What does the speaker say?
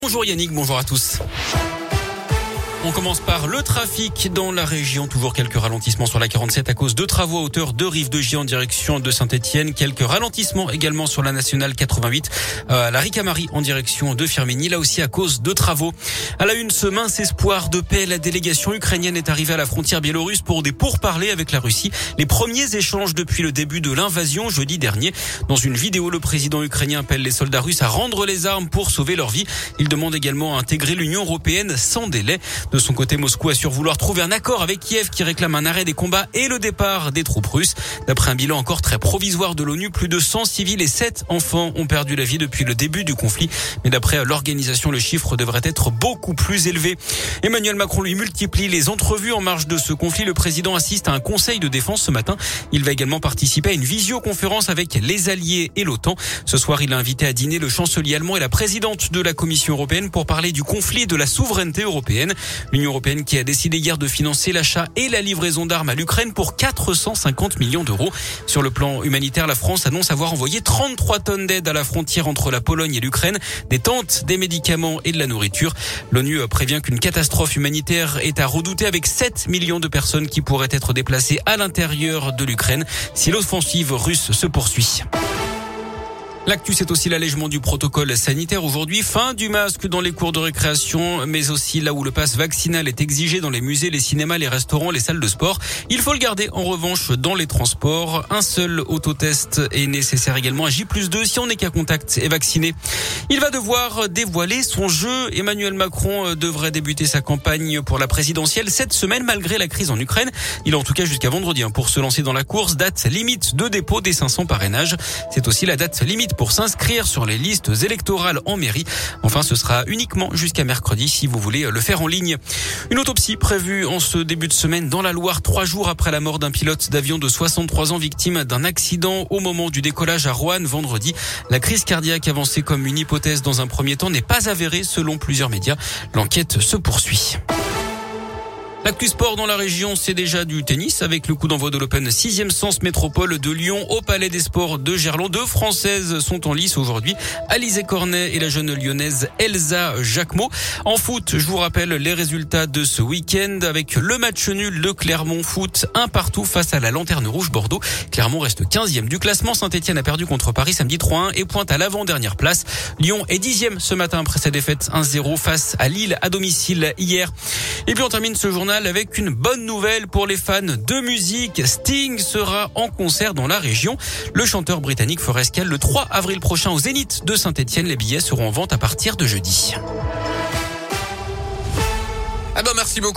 Bonjour Yannick, bonjour à tous. On commence par le trafic dans la région. Toujours quelques ralentissements sur la 47 à cause de travaux à hauteur de Rive-de-Gier en direction de Saint-Étienne. Quelques ralentissements également sur la nationale 88 à la Ricamari en direction de Firminy. Là aussi à cause de travaux. À la une, ce mince espoir de paix. La délégation ukrainienne est arrivée à la frontière biélorusse pour des pourparlers avec la Russie. Les premiers échanges depuis le début de l'invasion jeudi dernier. Dans une vidéo, le président ukrainien appelle les soldats russes à rendre les armes pour sauver leur vie. Il demande également à intégrer l'Union européenne sans délai. De son côté, Moscou assure vouloir trouver un accord avec Kiev qui réclame un arrêt des combats et le départ des troupes russes. D'après un bilan encore très provisoire de l'ONU, plus de 100 civils et 7 enfants ont perdu la vie depuis le début du conflit. Mais d'après l'organisation, le chiffre devrait être beaucoup plus élevé. Emmanuel Macron lui multiplie les entrevues en marge de ce conflit. Le président assiste à un conseil de défense ce matin. Il va également participer à une visioconférence avec les alliés et l'OTAN. Ce soir, il a invité à dîner le chancelier allemand et la présidente de la Commission européenne pour parler du conflit et de la souveraineté européenne. L'Union européenne qui a décidé hier de financer l'achat et la livraison d'armes à l'Ukraine pour 450 millions d'euros. Sur le plan humanitaire, la France annonce avoir envoyé 33 tonnes d'aide à la frontière entre la Pologne et l'Ukraine, des tentes, des médicaments et de la nourriture. L'ONU prévient qu'une catastrophe humanitaire est à redouter avec 7 millions de personnes qui pourraient être déplacées à l'intérieur de l'Ukraine si l'offensive russe se poursuit. L'actu, c'est aussi l'allègement du protocole sanitaire aujourd'hui. Fin du masque dans les cours de récréation, mais aussi là où le pass vaccinal est exigé dans les musées, les cinémas, les restaurants, les salles de sport. Il faut le garder en revanche dans les transports. Un seul autotest est nécessaire également à J+2 si on n'est qu'à contact et vacciné. Il va devoir dévoiler son jeu. Emmanuel Macron devrait débuter sa campagne pour la présidentielle cette semaine malgré la crise en Ukraine. Il a en tout cas jusqu'à vendredi pour se lancer dans la course. Date limite de dépôt des 500 parrainages. C'est aussi la date limite pour s'inscrire sur les listes électorales en mairie. Enfin, ce sera uniquement jusqu'à mercredi si vous voulez le faire en ligne. Une autopsie prévue en ce début de semaine dans la Loire, 3 jours après la mort d'un pilote d'avion de 63 ans victime d'un accident au moment du décollage à Roanne vendredi. La crise cardiaque avancée comme une hypothèse dans un premier temps n'est pas avérée selon plusieurs médias. L'enquête se poursuit. L'actu sport dans la région, c'est déjà du tennis avec le coup d'envoi de l'Open 6e Sens Métropole de Lyon au Palais des Sports de Gerland. 2 Françaises sont en lice aujourd'hui, Alizé Cornet et la jeune lyonnaise Elsa Jacquemot. En foot, je vous rappelle les résultats de ce week-end avec le match nul de Clermont Foot, 1-1 face à la Lanterne Rouge Bordeaux. Clermont reste 15e du classement. Saint-Étienne a perdu contre Paris samedi 3-1 et pointe à l'avant-dernière place. Lyon est 10e ce matin après sa défaite 1-0 face à Lille à domicile hier. Et puis on termine ce journal avec une bonne nouvelle pour les fans de musique. Sting sera en concert dans la région. Le chanteur britannique fera escale le 3 avril prochain au Zénith de Saint-Étienne. Les billets seront en vente à partir de jeudi. Merci beaucoup.